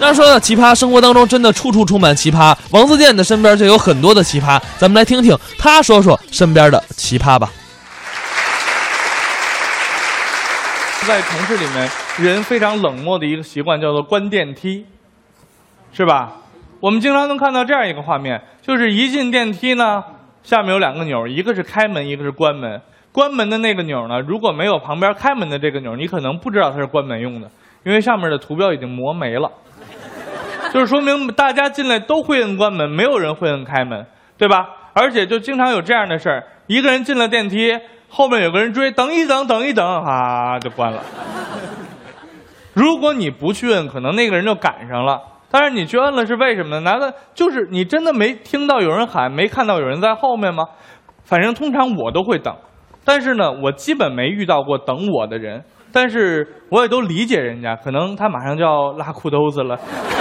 那说到奇葩，生活当中真的处处充满奇葩。王自健的身边就有很多的奇葩，咱们来听听他说说身边的奇葩吧。 在城市里面，人非常冷漠的一个习惯叫做关电梯，是吧？我们经常能看到这样一个画面，就是一进电梯呢，下面有2个钮，一个是开门，一个是关门。关门的那个钮呢，如果没有旁边开门的这个钮，你可能不知道它是关门用的，因为上面的图标已经磨没了。就是说明大家进来都会摁关门，没有人会摁开门，对吧？而且就经常有这样的事儿，一个人进了电梯，后面有个人追，等一等，等一等，哈，就关了。如果你不去摁，可能那个人就赶上了。但是你去摁了是为什么呢？难道就是你真的没听到有人喊，没看到有人在后面吗？反正通常我都会等，但是呢，我基本没遇到过等我的人。但是我也都理解人家，可能他马上就要拉裤兜子了。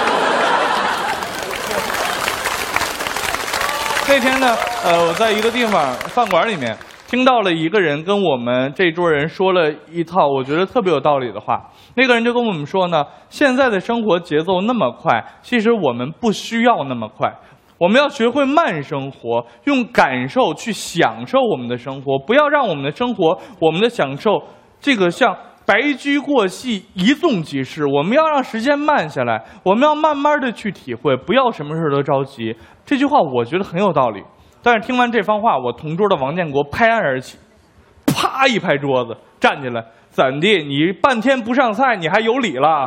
那天呢，我在一个地方饭馆里面听到了一个人跟我们这桌人说了一套我觉得特别有道理的话。那个人就跟我们说呢，现在的生活节奏那么快，其实我们不需要那么快，我们要学会慢生活，用感受去享受我们的生活，不要让我们的生活，我们的享受这个像白驹过隙，一纵即逝。我们要让时间慢下来，我们要慢慢的去体会，不要什么事都着急。这句话我觉得很有道理。但是听完这番话，我同桌的王建国拍案而起，啪一拍桌子，站起来，怎地？你半天不上菜，你还有理了？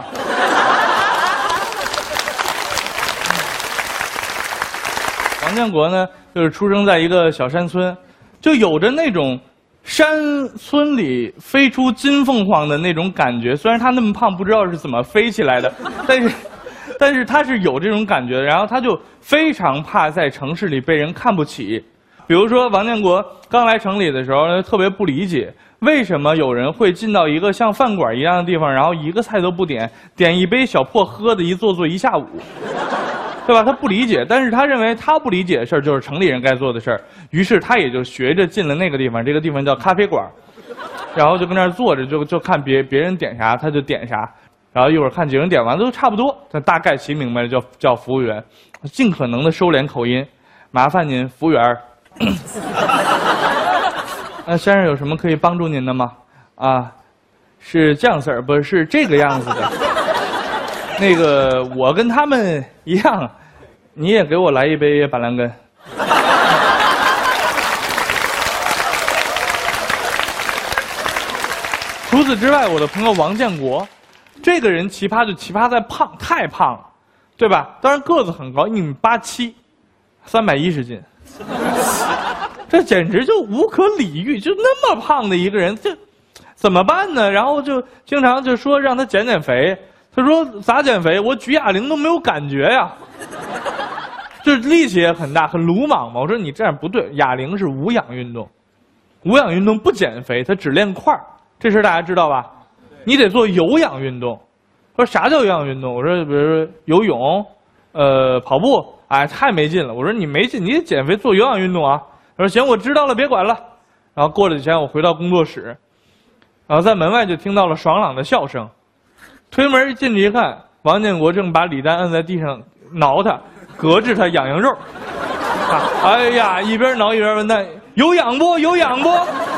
王建国呢，就是出生在一个小山村，就有着那种山村里飞出金凤凰的那种感觉。虽然他那么胖，不知道是怎么飞起来的，但是他是有这种感觉的。然后他就非常怕在城市里被人看不起。比如说王建国刚来城里的时候呢，特别不理解为什么有人会进到一个像饭馆一样的地方，然后一个菜都不点，点一杯小破喝的一坐一下午，对吧？他不理解，但是他认为他不理解的事儿就是城里人该做的事儿，于是他也就学着进了那个地方，这个地方叫咖啡馆，然后就跟那儿坐着，就看别人点啥他就点啥，然后一会儿看几个人点完都差不多，他大概其明白了叫服务员，尽可能的收敛口音，麻烦您服务员。先生有什么可以帮助您的吗？啊，是这样事儿，不是这个样子的。那个我跟他们一样，你也给我来一杯板蓝根。除此之外，我的朋友王建国，这个人奇葩就奇葩在胖，太胖了，对吧？当然个子很高，1.87米，310斤。这简直就无可理喻，就那么胖的一个人，这怎么办呢？然后就经常就说让他减肥，他说咋减肥？我举哑铃都没有感觉呀，就是力气也很大，很鲁莽嘛。我说你这样不对，哑铃是无氧运动，无氧运动不减肥，它只练块儿，这事大家知道吧？你得做有氧运动。说啥叫有氧运动？我说比如说游泳，跑步，哎，太没劲了。我说你没劲，你得减肥做有氧运动啊。他说行，我知道了，别管了。然后过了几天，我回到工作室，然后在门外就听到了爽朗的笑声。推门进去一看，王建国正把李丹摁在地上挠他，隔着他痒痒肉。哎呀，一边挠一边问他有痒不？有痒不？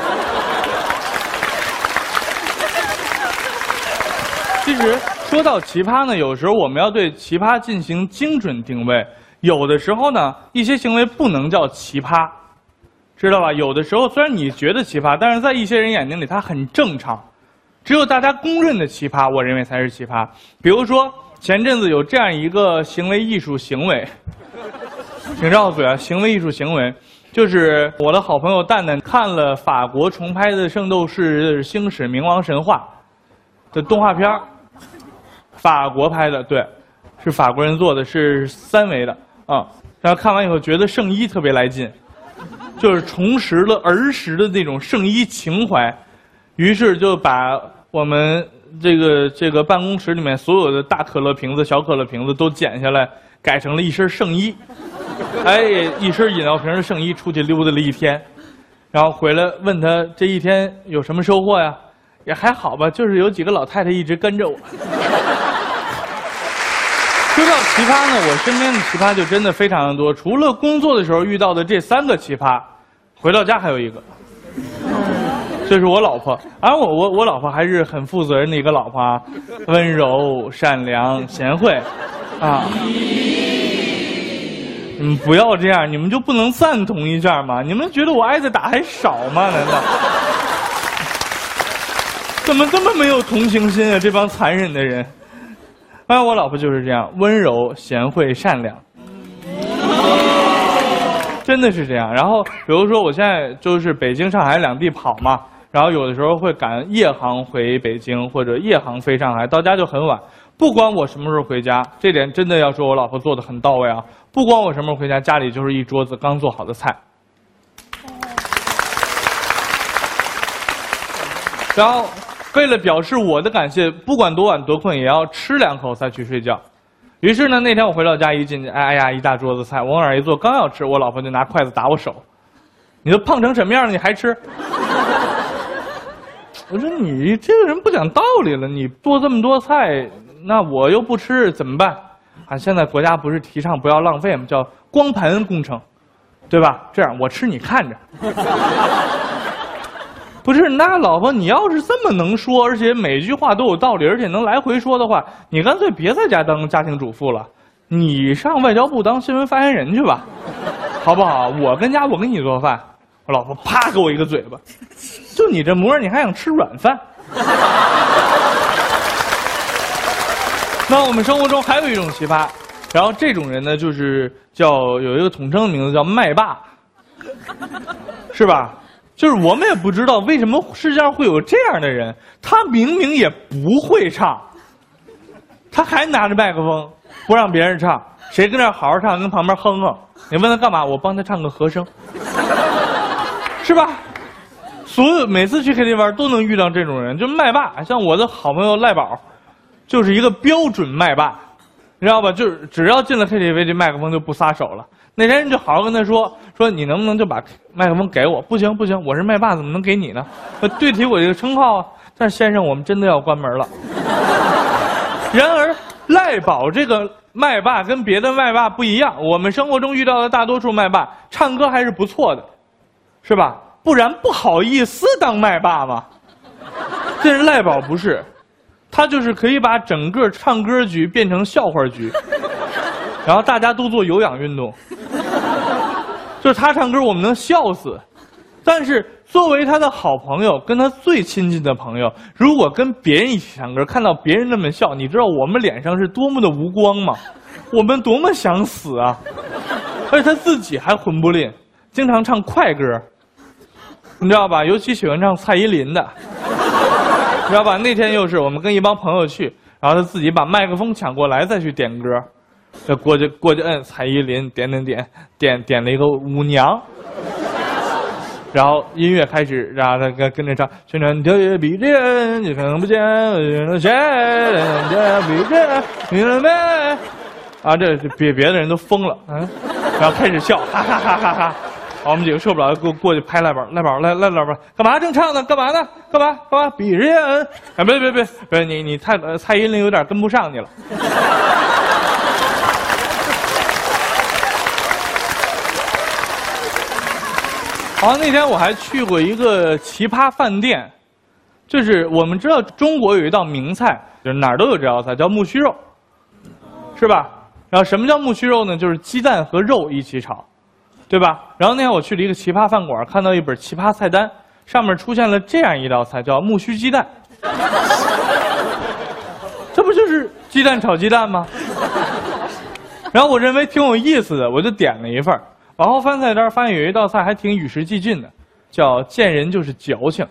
其实说到奇葩呢，有时候我们要对奇葩进行精准定位。有的时候呢，一些行为不能叫奇葩。知道吧？有的时候虽然你觉得奇葩，但是在一些人眼睛里它很正常。只有大家公认的奇葩，我认为才是奇葩。比如说前阵子有这样一个行为艺术行为，请绕嘴啊！行为艺术行为就是我的好朋友蛋蛋看了法国重拍的《圣斗士星矢冥王神话》的动画片，法国拍的，对，是法国人做的，是3维的啊。然后看完以后觉得圣衣特别来劲。就是重拾了儿时的那种圣衣情怀，于是就把我们这个办公室里面所有的大可乐瓶子、小可乐瓶子都剪下来，改成了一身圣衣。哎，一身饮料瓶的圣衣出去溜达了一天，然后回来问他这一天有什么收获呀？也还好吧，就是有几个老太太一直跟着我。 说到奇葩呢，我身边的奇葩就真的非常的多。除了工作的时候遇到的这3个奇葩，回到家还有一个，就是我老婆。而我老婆还是很负责任的一个老婆啊，温柔、善良、贤惠，啊。你们不要这样，你们就不能赞同一下吗？你们觉得我挨的打还少吗？难道？怎么这么没有同情心啊？这帮残忍的人！哎，我老婆就是这样，温柔、贤惠、善良，真的是这样。然后，比如说我现在就是北京、上海2地跑嘛，然后有的时候会赶夜航回北京，或者夜航飞上海，到家就很晚。不管我什么时候回家，这点真的要说我老婆做的很到位啊。不管我什么时候回家，家里就是一桌子刚做好的菜。然后，为了表示我的感谢，不管多晚多困，也要吃2口再去睡觉。于是呢，那天我回到家一进去，哎呀，一大桌子菜，我往那儿一坐，刚要吃，我老婆就拿筷子打我手。你都胖成什么样了，你还吃？我说你这个人不讲道理了，你做这么多菜，那我又不吃怎么办？啊，现在国家不是提倡不要浪费吗？叫光盘工程，对吧？这样我吃你看着。不是，那老婆，你要是这么能说，而且每句话都有道理，而且能来回说的话，你干脆别在家当家庭主妇了，你上外交部当新闻发言人去吧，好不好？我跟家我给你做饭。我老婆啪给我一个嘴巴，就你这模样，你还想吃软饭？那我们生活中还有一种奇葩，然后这种人呢，就是有一个统称的名字叫麦霸，是吧？就是我们也不知道为什么世界上会有这样的人，他明明也不会唱，他还拿着麦克风不让别人唱，谁跟那好好唱，跟旁边哼哼，你问他干嘛？我帮他唱个和声，是吧？每次去 KTV 都能遇到这种人，就麦霸。像我的好朋友赖宝，就是一个标准麦霸，你知道吧？就是只要进了 KTV， 这麦克风就不撒手了。那天人就好好跟他说你能不能就把麦克风给我？不行，我是麦霸，怎么能给你呢？对得起我这个称号啊！但是先生，我们真的要关门了。然而赖宝这个麦霸跟别的麦霸不一样，我们生活中遇到的大多数麦霸唱歌还是不错的，是吧？不然不好意思当麦霸嘛。但是赖宝不是，他就是可以把整个唱歌局变成笑话局，然后大家都做有氧运动。就是他唱歌我们能笑死，但是作为他的好朋友，跟他最亲近的朋友，如果跟别人一起唱歌，看到别人那么笑，你知道我们脸上是多么的无光吗？我们多么想死啊！而且他自己还混不吝，经常唱快歌，你知道吧？尤其喜欢唱蔡依林的，你知道吧？那天又是我们跟一帮朋友去，然后他自己把麦克风抢过来再去点歌。这过去摁蔡依林点了一个舞娘，然后音乐开始，然后他跟着唱，宣传特别逼真，你看不见谁特逼真，明了没？啊，这别的人都疯了，然后开始笑，哈哈哈哈哈。好，我们几个受不了，过去拍赖宝，干嘛正唱呢？干嘛呢？干嘛？逼人！哎，别，你蔡依林有点跟不上你了。好，那天我还去过一个奇葩饭店，就是我们知道中国有一道名菜，就是哪儿都有这道菜，叫木须肉，是吧？然后什么叫木须肉呢？就是鸡蛋和肉一起炒，对吧？然后那天我去了一个奇葩饭馆，看到一本奇葩菜单，上面出现了这样一道菜，叫木须鸡蛋。这不就是鸡蛋炒鸡蛋吗？然后我认为挺有意思的，我就点了一份。往后翻菜单，发现有一道菜还挺与时俱进的，叫见人就是矫情。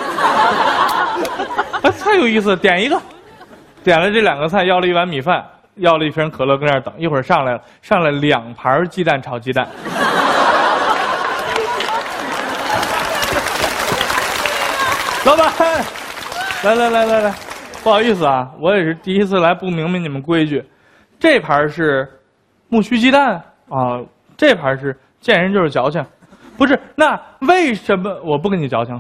太有意思了，点一个，点了这2个菜，要了1碗米饭，要了1瓶可乐，跟那儿等。一会儿上来2盘鸡蛋炒鸡蛋。老板，来，不好意思啊，我也是第一次来，不明白你们规矩。这盘是木须鸡蛋啊。这盘是见人就是矫情，不是？那为什么我不跟你矫情了？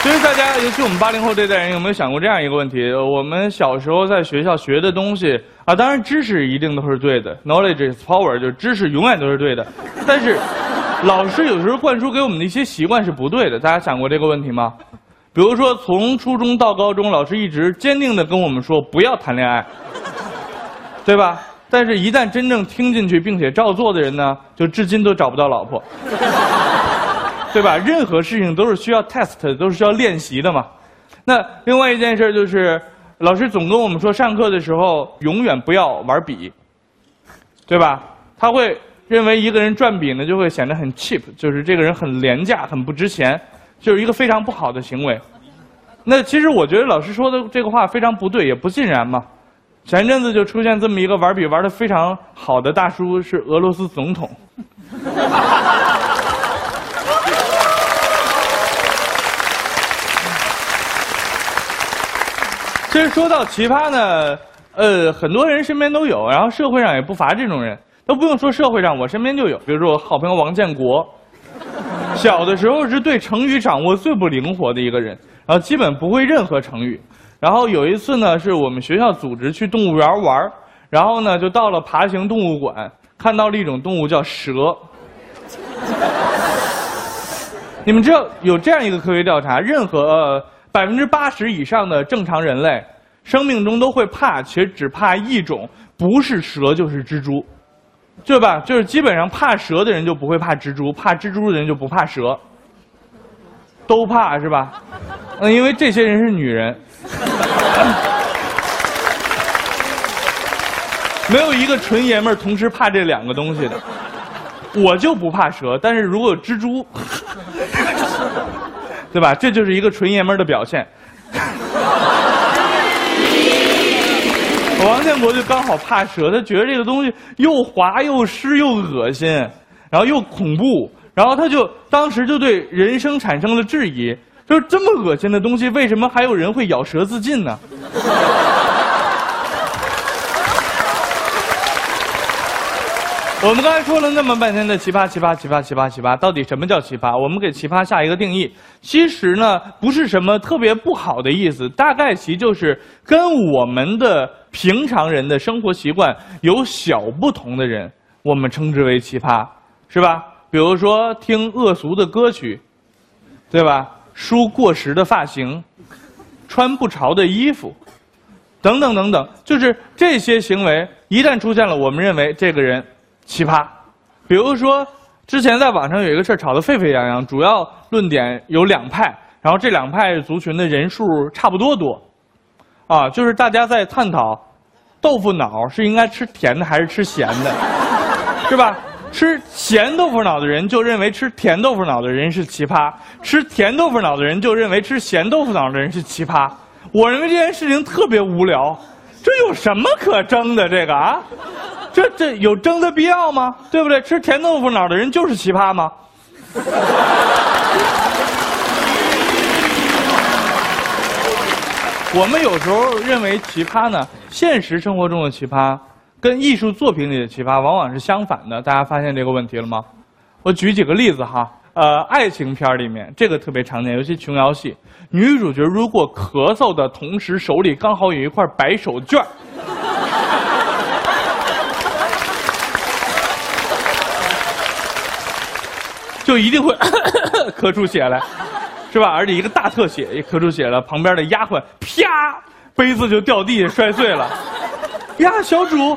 所以大家，尤其我们80后这代人，有没有想过这样一个问题？我们小时候在学校学的东西啊，当然知识一定都是对的 ，knowledge is power， 就是知识永远都是对的。但是，老师有时候灌输给我们的一些习惯是不对的。大家想过这个问题吗？比如说，从初中到高中，老师一直坚定地跟我们说不要谈恋爱，对吧？但是，一旦真正听进去并且照做的人呢，就至今都找不到老婆。对吧？任何事情都是需要 test 的，都是需要练习的嘛。那另外一件事就是，老师总跟我们说，上课的时候永远不要玩笔，对吧？他会认为一个人转笔呢，就会显得很 cheap， 就是这个人很廉价、很不值钱，就是一个非常不好的行为。那其实我觉得老师说的这个话非常不对，也不尽然嘛。前阵子就出现这么一个玩笔玩得非常好的大叔，是俄罗斯总统。其实说到奇葩呢，很多人身边都有，然后社会上也不乏这种人，都不用说社会上，我身边就有。比如说我好朋友王建国，小的时候是对成语掌握最不灵活的一个人，然后基本不会任何成语。然后有一次呢，是我们学校组织去动物园玩，然后呢就到了爬行动物馆，看到了一种动物叫蛇。你们知道有这样一个科学调查，任何80%以上的正常人类，生命中都会怕，且只怕一种，不是蛇就是蜘蛛，对吧？就是基本上怕蛇的人就不会怕蜘蛛，怕蜘蛛的人就不怕蛇，都怕是吧？因为这些人是女人，没有一个纯爷们儿同时怕这两个东西的。我就不怕蛇，但是如果有蜘蛛。对吧？这就是一个纯爷们儿的表现。王建国就刚好怕蛇，他觉得这个东西又滑又湿又恶心，然后又恐怖，然后他就当时就对人生产生了质疑，就是这么恶心的东西，为什么还有人会咬舌自尽呢？我们刚才说了那么半天的奇葩，到底什么叫奇葩？我们给奇葩下一个定义，其实呢不是什么特别不好的意思，大概其就是跟我们的平常人的生活习惯有小不同的人，我们称之为奇葩，是吧？比如说听恶俗的歌曲，对吧？梳过时的发型，穿不潮的衣服，等等等等，就是这些行为一旦出现了，我们认为这个人奇葩。比如说之前在网上有一个事吵得沸沸扬扬，主要论点有两派，然后这两派族群的人数差不多多啊，就是大家在探讨豆腐脑是应该吃甜的还是吃咸的，是吧？吃咸豆腐脑的人就认为吃甜豆腐脑的人是奇葩，吃甜豆腐脑的人就认为吃咸豆腐脑的人是奇葩。我认为这件事情特别无聊，这有什么可争的？这个啊，这有争的必要吗？对不对？吃甜豆腐脑的人就是奇葩吗？我们有时候认为奇葩呢，现实生活中的奇葩跟艺术作品里的奇葩往往是相反的。大家发现这个问题了吗？我举几个例子哈。爱情片里面这个特别常见，尤其琼瑶戏，女主角如果咳嗽的同时手里刚好有一块白手绢，就一定会咳出血来，是吧？而且一个大特写，一咳出血了，旁边的丫鬟啪，杯子就掉地下摔碎了。呀，小主，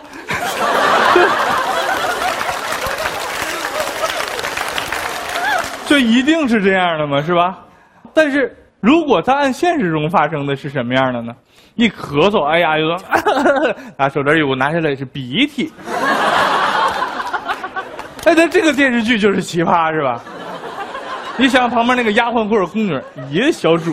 就一定是这样的吗？是吧？但是如果他按现实中发生的是什么样的呢？一咳嗽，哎呀，就说拿手边有拿下来是鼻涕。哎，那这个电视剧就是奇葩，是吧？你想旁边那个丫鬟或者宫女，咦，小主，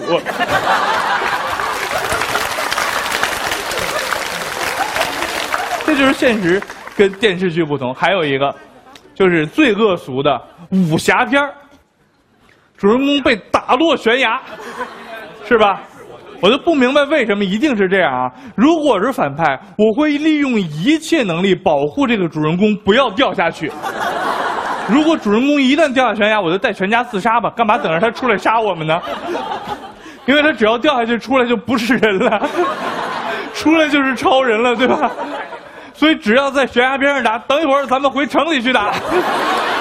这就是现实跟电视剧不同。还有一个，就是最恶俗的武侠片儿。主人公被打落悬崖，是吧？我就不明白为什么一定是这样啊！如果我是反派，我会利用一切能力保护这个主人公不要掉下去。如果主人公一旦掉下悬崖，我就带全家自杀吧，干嘛等着他出来杀我们呢？ 因为他只要掉下去出来就不是人了，出来就是超人了，对吧？所以只要在悬崖边上打，等一会儿咱们回城里去打。